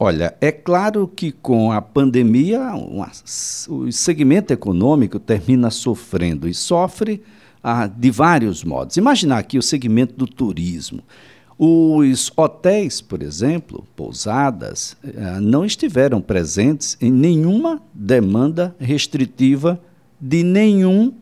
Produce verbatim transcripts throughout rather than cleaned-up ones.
Olha, é claro que com a pandemia uma, o segmento econômico termina sofrendo e sofre ah, de vários modos. Imaginar aqui o segmento do turismo. Os hotéis, por exemplo, pousadas, ah, não estiveram presentes em nenhuma demanda restritiva de nenhum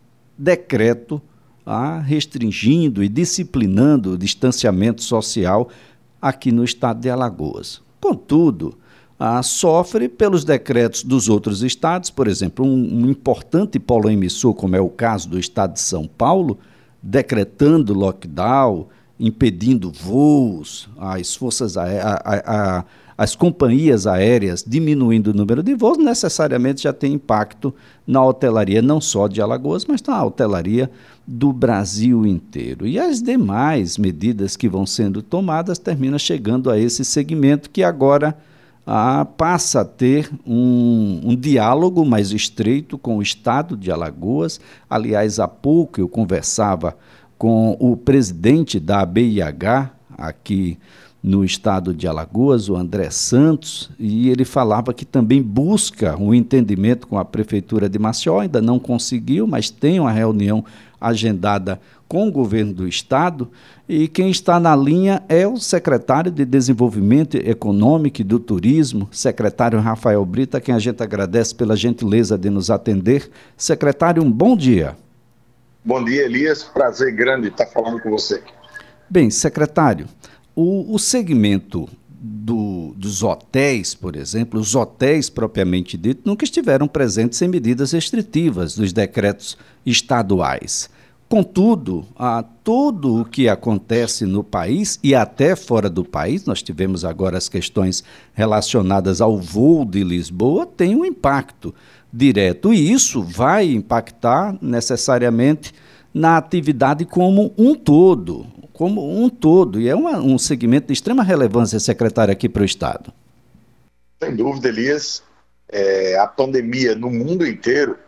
decreto ah, restringindo e disciplinando o distanciamento social aqui no estado de Alagoas. Contudo, ah, sofre pelos decretos dos outros estados, por exemplo, um, um importante polo emissor, como é o caso do estado de São Paulo, decretando lockdown, impedindo voos, as forças aé- a, a, a, as companhias aéreas diminuindo o número de voos, necessariamente já tem impacto na hotelaria, não só de Alagoas, mas na hotelaria do Brasil inteiro. E as demais medidas que vão sendo tomadas terminam chegando a esse segmento que agora ah, passa a ter um, um diálogo mais estreito com o estado de Alagoas. Aliás, há pouco eu conversava com o presidente da A B I H aqui no estado de Alagoas, o André Santos, e ele falava que também busca um entendimento com a Prefeitura de Maceió, ainda não conseguiu, mas tem uma reunião agendada com o governo do estado, e quem está na linha é o secretário de Desenvolvimento Econômico e do Turismo, secretário Rafael Brito, a quem a gente agradece pela gentileza de nos atender. Secretário, um bom dia. Bom dia, Elias. Prazer grande estar falando com você. Bem, secretário, o, o segmento do, dos hotéis, por exemplo, os hotéis propriamente dito, nunca estiveram presentes em medidas restritivas dos decretos estaduais. Contudo, a, tudo o que acontece no país e até fora do país, nós tivemos agora as questões relacionadas ao voo de Lisboa, tem um impacto direto, e isso vai impactar necessariamente na atividade como um todo, como um todo, e é uma, um segmento de extrema relevância, secretário, aqui para o Estado. Sem dúvida, Elias, é, a pandemia no mundo inteiro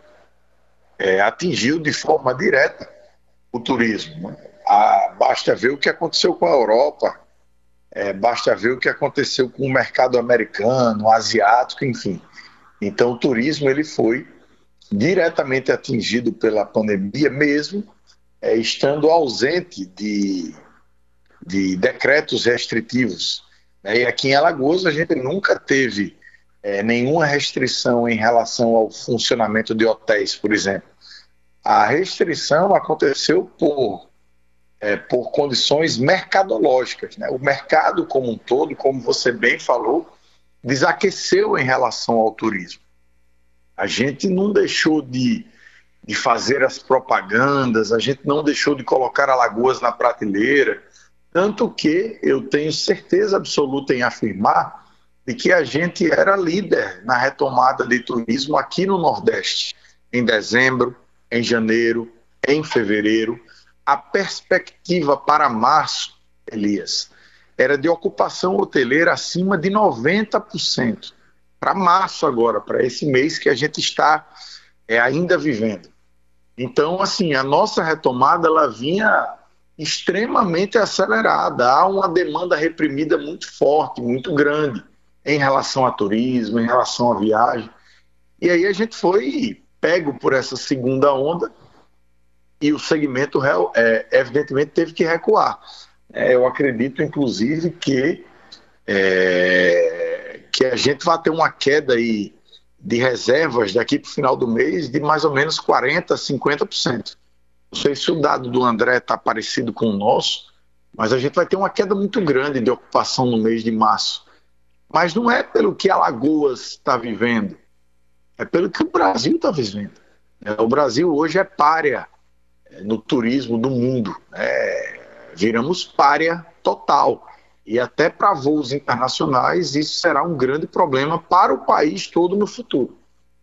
é, atingiu de forma direta o turismo. Ah, basta ver o que aconteceu com a Europa, é, basta ver o que aconteceu com o mercado americano, asiático, enfim. Então, o turismo ele foi diretamente atingido pela pandemia, mesmo é, estando ausente de, de decretos restritivos. Né? E aqui em Alagoas, a gente nunca teve é, nenhuma restrição em relação ao funcionamento de hotéis, por exemplo. A restrição aconteceu por, é, por condições mercadológicas. Né? O mercado como um todo, como você bem falou, desaqueceu em relação ao turismo. A gente não deixou de, de fazer as propagandas, a gente não deixou de colocar Alagoas na prateleira, tanto que eu tenho certeza absoluta em afirmar de que a gente era líder na retomada de turismo aqui no Nordeste, em dezembro, em janeiro, em fevereiro. A perspectiva para março, Elias, era de ocupação hoteleira acima de noventa por cento. Para março agora, para esse mês que a gente está é, ainda vivendo. Então, assim, a nossa retomada ela vinha extremamente acelerada. Há uma demanda reprimida muito forte, muito grande em relação a turismo, em relação à viagem. E aí a gente foi pego por essa segunda onda e o segmento, é, evidentemente, teve que recuar. É, eu acredito, inclusive, que... É, que a gente vai ter uma queda aí de reservas daqui para o final do mês de mais ou menos quarenta por cento, cinquenta por cento. Não sei se o dado do André está parecido com o nosso, mas a gente vai ter uma queda muito grande de ocupação no mês de março. Mas não é pelo que Alagoas está vivendo, é pelo que o Brasil está vivendo. O Brasil hoje é pária no turismo do mundo. É, viramos pária total. E até para voos internacionais, isso será um grande problema para o país todo no futuro.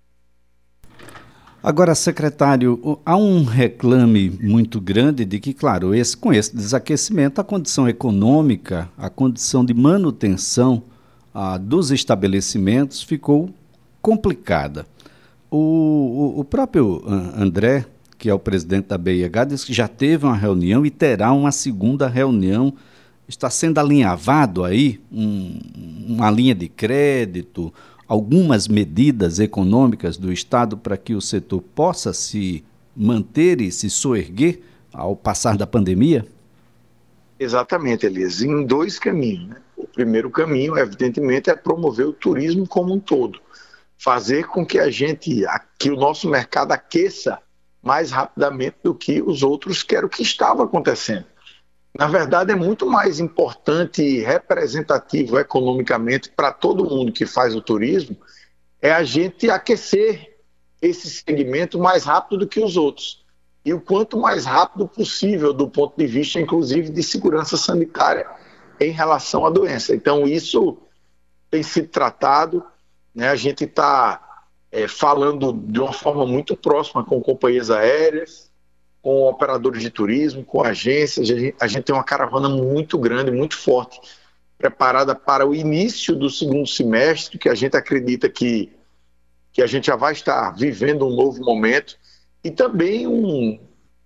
Agora, secretário, há um reclame muito grande de que, claro, esse, com esse desaquecimento, a condição econômica, a condição de manutenção ah, dos estabelecimentos ficou complicada. O, o, o próprio André, que é o presidente da A B I H, disse que já teve uma reunião e terá uma segunda reunião Está sendo alinhavado aí um, uma linha de crédito, algumas medidas econômicas do Estado para que o setor possa se manter e se soerguer ao passar da pandemia? Exatamente, Elias, em dois caminhos, né? O primeiro caminho, evidentemente, é promover o turismo como um todo, fazer com que a gente, que o nosso mercado aqueça mais rapidamente do que os outros, que era o que estava acontecendo. Na verdade, é muito mais importante e representativo economicamente para todo mundo que faz o turismo, é a gente aquecer esse segmento mais rápido do que os outros. E o quanto mais rápido possível do ponto de vista, inclusive, de segurança sanitária em relação à doença. Então, isso tem sido tratado, né? A gente está é, falando de uma forma muito próxima com companhias aéreas, com operadores de turismo, com agências. A gente, a gente tem uma caravana muito grande, muito forte, preparada para o início do segundo semestre, que a gente acredita que, que a gente já vai estar vivendo um novo momento. E também um,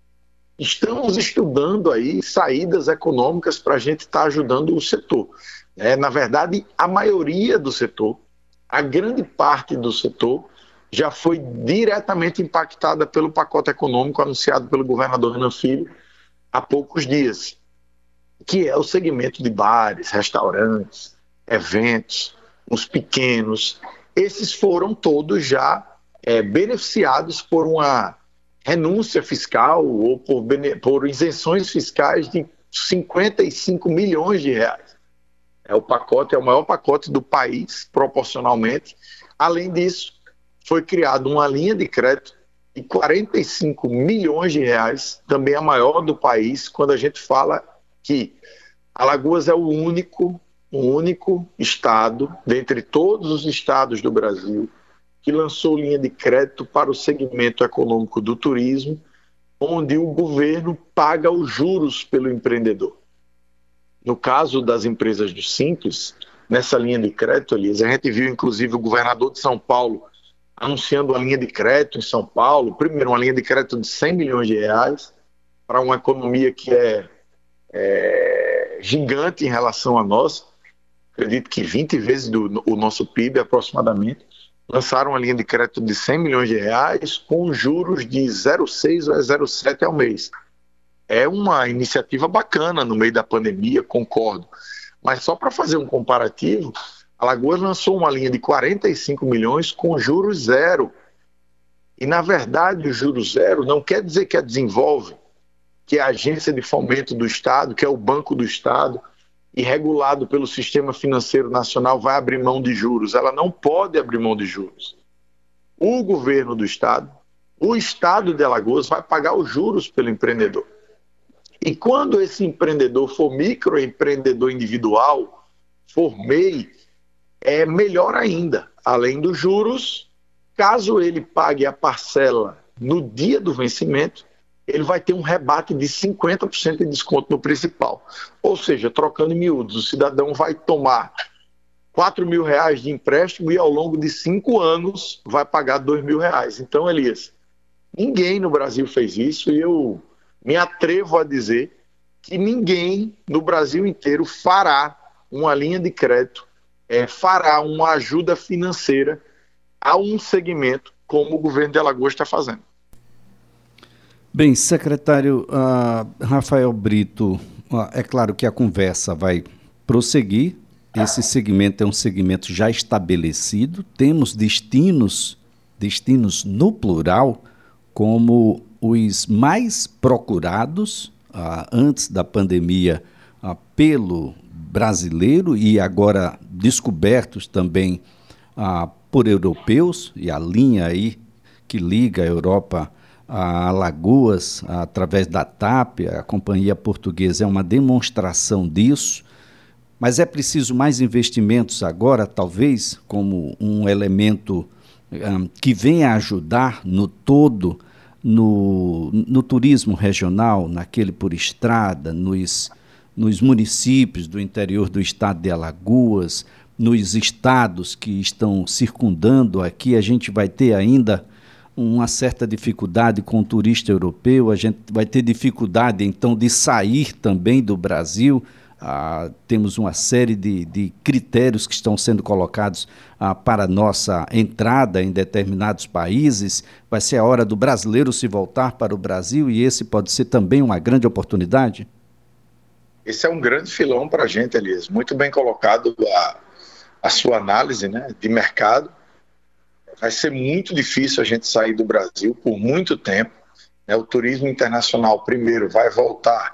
estamos estudando aí saídas econômicas para a gente estar ajudando o setor. É, na verdade, a maioria do setor, a grande parte do setor, já foi diretamente impactada pelo pacote econômico anunciado pelo governador Renan Filho há poucos dias, que é o segmento de bares, restaurantes, eventos, os pequenos. Esses foram todos já é, beneficiados por uma renúncia fiscal ou por, por isenções fiscais de cinquenta e cinco milhões de reais. É o pacote, é o maior pacote do país, proporcionalmente. Além disso, foi criada uma linha de crédito de quarenta e cinco milhões de reais, também a maior do país, quando a gente fala que Alagoas é o único, o único estado, dentre todos os estados do Brasil, que lançou linha de crédito para o segmento econômico do turismo, onde o governo paga os juros pelo empreendedor. No caso das empresas do Simples, nessa linha de crédito, Elias, a gente viu inclusive o governador de São Paulo anunciando uma linha de crédito em São Paulo, primeiro uma linha de crédito de cem milhões de reais para uma economia que é, é gigante em relação a nós, acredito que vinte vezes do, o nosso P I B aproximadamente, lançaram uma linha de crédito de cem milhões de reais com juros de zero vírgula seis ou zero vírgula sete ao mês. É uma iniciativa bacana no meio da pandemia, concordo, mas só para fazer um comparativo, Alagoas lançou uma linha de quarenta e cinco milhões com juros zero. E, na verdade, o juros zero não quer dizer que a Desenvolve, que é a agência de fomento do Estado, que é o Banco do Estado, e regulado pelo Sistema Financeiro Nacional, vai abrir mão de juros. Ela não pode abrir mão de juros. O governo do Estado, o Estado de Alagoas, vai pagar os juros pelo empreendedor. E quando esse empreendedor for microempreendedor individual, for M E I, é melhor ainda. Além dos juros, caso ele pague a parcela no dia do vencimento, ele vai ter um rebate de cinquenta por cento de desconto no principal. Ou seja, trocando em miúdos, o cidadão vai tomar quatro mil reais de empréstimo e ao longo de cinco anos vai pagar dois mil reais. Então, Elias, ninguém no Brasil fez isso e eu me atrevo a dizer que ninguém no Brasil inteiro fará uma linha de crédito, é, fará uma ajuda financeira a um segmento como o governo de Alagoas está fazendo. Bem, secretário uh, Rafael Brito, uh, é claro que a conversa vai prosseguir. Esse segmento é um segmento já estabelecido, temos destinos, destinos no plural, como os mais procurados uh, antes da pandemia uh, pelo brasileiro e agora descobertos também uh, por europeus, e a linha aí que liga a Europa a Alagoas, através da TAP, a companhia portuguesa, é uma demonstração disso, mas é preciso mais investimentos agora, talvez, como um elemento um, que venha ajudar no todo, no, no turismo regional, naquele por estrada, nos, nos municípios do interior do estado de Alagoas, nos estados que estão circundando aqui. A gente vai ter ainda uma certa dificuldade com o turista europeu, a gente vai ter dificuldade, então, de sair também do Brasil. ah, temos uma série de, de critérios que estão sendo colocados ah, para nossa entrada em determinados países. Vai ser a hora do brasileiro se voltar para o Brasil e esse pode ser também uma grande oportunidade? Esse é um grande filão para a gente, Elias. Muito bem colocado a, a sua análise, né, de mercado. Vai ser muito difícil a gente sair do Brasil por muito tempo. Né? O turismo internacional, primeiro, vai voltar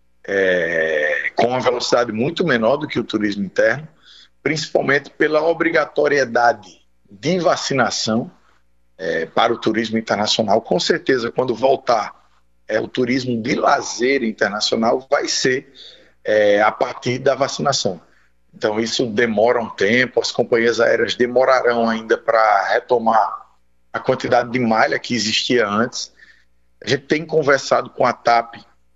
é, com uma velocidade muito menor do que o turismo interno, principalmente pela obrigatoriedade de vacinação é, para o turismo internacional. Com certeza, quando voltar é, o turismo de lazer internacional, vai ser é, a partir da vacinação. Então, isso demora um tempo, as companhias aéreas demorarão ainda para retomar a quantidade de malha que existia antes. A gente tem conversado com a TAP,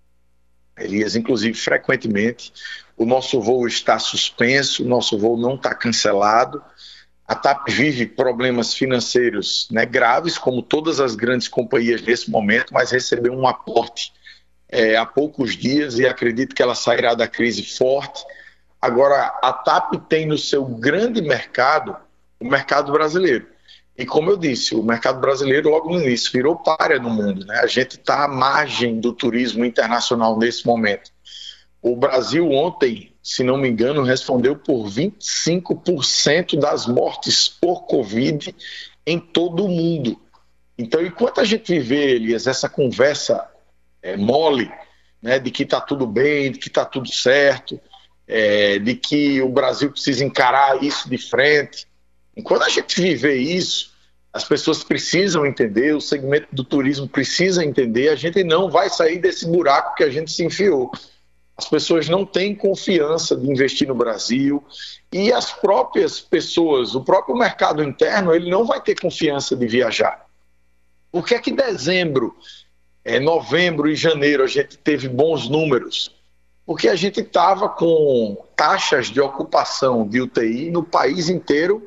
Elias, inclusive frequentemente. O nosso voo está suspenso, o nosso voo não está cancelado. A TAP vive problemas financeiros, né, graves, como todas as grandes companhias nesse momento, mas recebeu um aporte é, há poucos dias e acredito que ela sairá da crise forte. Agora, a TAP tem no seu grande mercado o mercado brasileiro. E como eu disse, o mercado brasileiro logo no início virou pária no mundo, né? A gente está à margem do turismo internacional nesse momento. O Brasil ontem, se não me engano, respondeu por vinte e cinco por cento das mortes por Covid em todo o mundo. Então, enquanto a gente viver, Elias, essa conversa é, mole, né, de que está tudo bem, de que está tudo certo, É, de que o Brasil precisa encarar isso de frente. Enquanto a gente viver isso, as pessoas precisam entender, o segmento do turismo precisa entender, a gente não vai sair desse buraco que a gente se enfiou. As pessoas não têm confiança de investir no Brasil e as próprias pessoas, o próprio mercado interno, ele não vai ter confiança de viajar. Por que é que em dezembro, é, novembro e janeiro a gente teve bons números? Porque a gente estava com taxas de ocupação de U T I no país inteiro,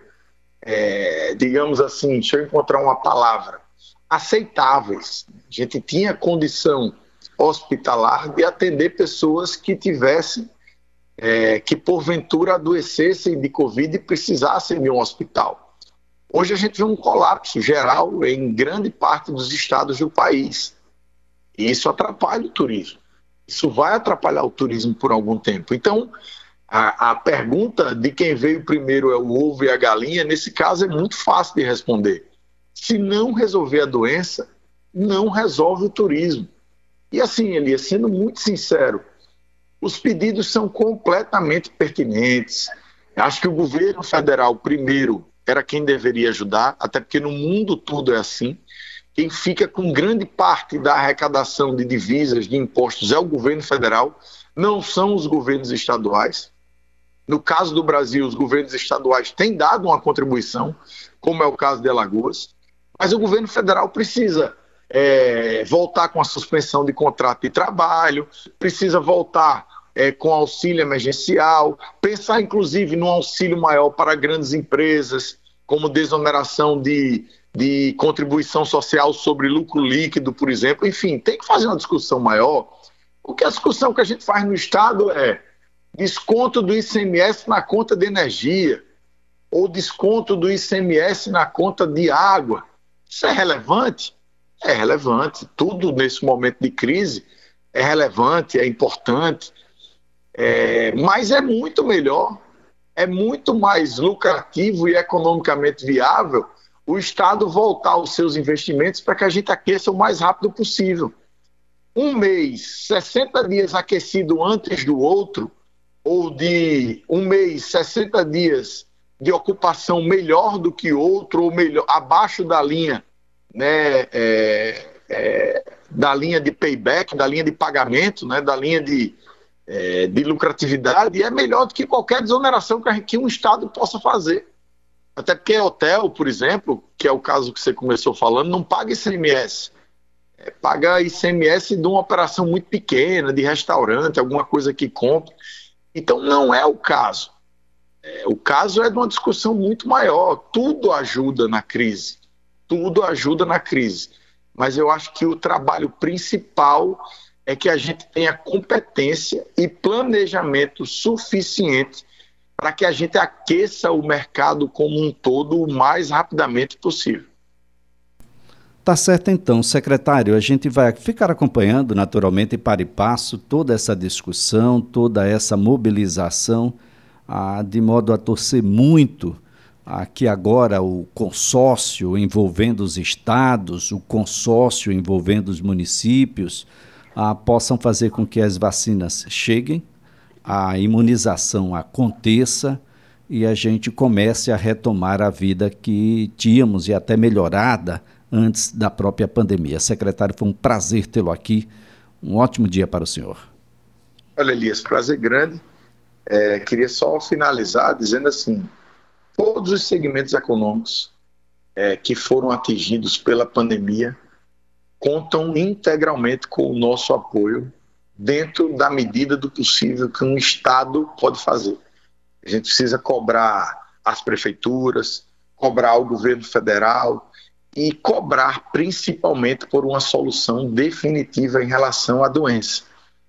é, digamos assim, deixa eu encontrar uma palavra, aceitáveis. A gente tinha condição hospitalar de atender pessoas que tivessem, é, que porventura adoecessem de Covid e precisassem de um hospital. Hoje a gente vê um colapso geral em grande parte dos estados do país. E isso atrapalha o turismo. Isso vai atrapalhar o turismo por algum tempo. Então, a, a pergunta de quem veio primeiro é o ovo e a galinha, nesse caso é muito fácil de responder. Se não resolver a doença, não resolve o turismo. E assim, Elias, sendo muito sincero, os pedidos são completamente pertinentes. Acho que o governo federal, primeiro, era quem deveria ajudar, até porque no mundo todo é assim. Quem fica com grande parte da arrecadação de divisas, de impostos, é o governo federal, não são os governos estaduais. No caso do Brasil, os governos estaduais têm dado uma contribuição, como é o caso de Alagoas, mas o governo federal precisa é, voltar com a suspensão de contrato de trabalho, precisa voltar é, com auxílio emergencial, pensar inclusive num auxílio maior para grandes empresas, como desoneração de... de contribuição social sobre lucro líquido, por exemplo. Enfim, tem que fazer uma discussão maior, porque a discussão que a gente faz no Estado é desconto do I C M S na conta de energia, ou desconto do I C M S na conta de água. Isso é relevante? É relevante. Tudo nesse momento de crise é relevante, é importante, é... mas é muito melhor, é muito mais lucrativo e economicamente viável o Estado voltar aos seus investimentos para que a gente aqueça o mais rápido possível. Um mês, sessenta dias aquecido antes do outro, ou de um mês, sessenta dias de ocupação melhor do que outro, ou melhor, abaixo da linha, né, é, é, da linha de payback, da linha de pagamento, né, da linha de, é, de lucratividade, é melhor do que qualquer desoneração que, a, que um Estado possa fazer. Até porque hotel, por exemplo, que é o caso que você começou falando, não paga I C M S. É, paga I C M S de uma operação muito pequena, de restaurante, alguma coisa que compra. Então não é o caso. É, o caso é de uma discussão muito maior. Tudo ajuda na crise. Tudo ajuda na crise. Mas eu acho que o trabalho principal é que a gente tenha competência e planejamento suficiente para que a gente aqueça o mercado como um todo o mais rapidamente possível. Tá certo então, secretário, a gente vai ficar acompanhando naturalmente para e passo toda essa discussão, toda essa mobilização, ah, de modo a torcer muito ah, que agora o consórcio envolvendo os estados, o consórcio envolvendo os municípios, ah, possam fazer com que as vacinas cheguem, a imunização aconteça e a gente comece a retomar a vida que tínhamos e até melhorada antes da própria pandemia. Secretário, foi um prazer tê-lo aqui. Um ótimo dia para o senhor. Olha, Elias, prazer grande. É, queria só finalizar dizendo assim, todos os segmentos econômicos é, que foram atingidos pela pandemia contam integralmente com o nosso apoio dentro da medida do possível que um Estado pode fazer. A gente precisa cobrar as prefeituras, cobrar o governo federal e cobrar principalmente por uma solução definitiva em relação à doença.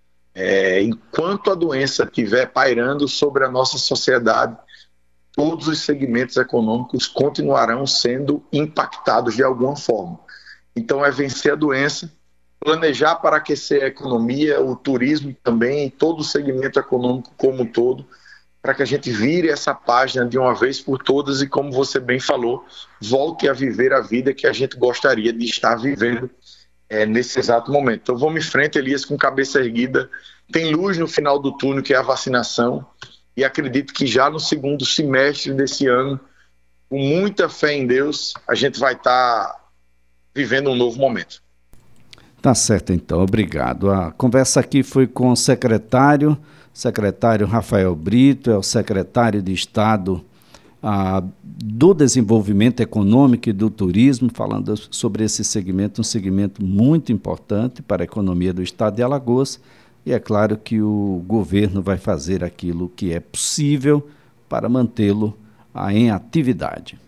É, enquanto a doença estiver pairando sobre a nossa sociedade, todos os segmentos econômicos continuarão sendo impactados de alguma forma. Então é vencer a doença, planejar para aquecer a economia, o turismo também, todo o segmento econômico como um todo, para que a gente vire essa página de uma vez por todas e, como você bem falou, volte a viver a vida que a gente gostaria de estar vivendo é, nesse exato momento. Então vamos em frente, Elias, com cabeça erguida. Tem luz no final do túnel, que é a vacinação, e acredito que já no segundo semestre desse ano, com muita fé em Deus, a gente vai estar vivendo um novo momento. Tá certo, então. Obrigado. A conversa aqui foi com o secretário, secretário Rafael Brito, é o secretário de Estado ah, do Desenvolvimento Econômico e do Turismo, falando sobre esse segmento, um segmento muito importante para a economia do Estado de Alagoas, e é claro que o governo vai fazer aquilo que é possível para mantê-lo ah, em atividade.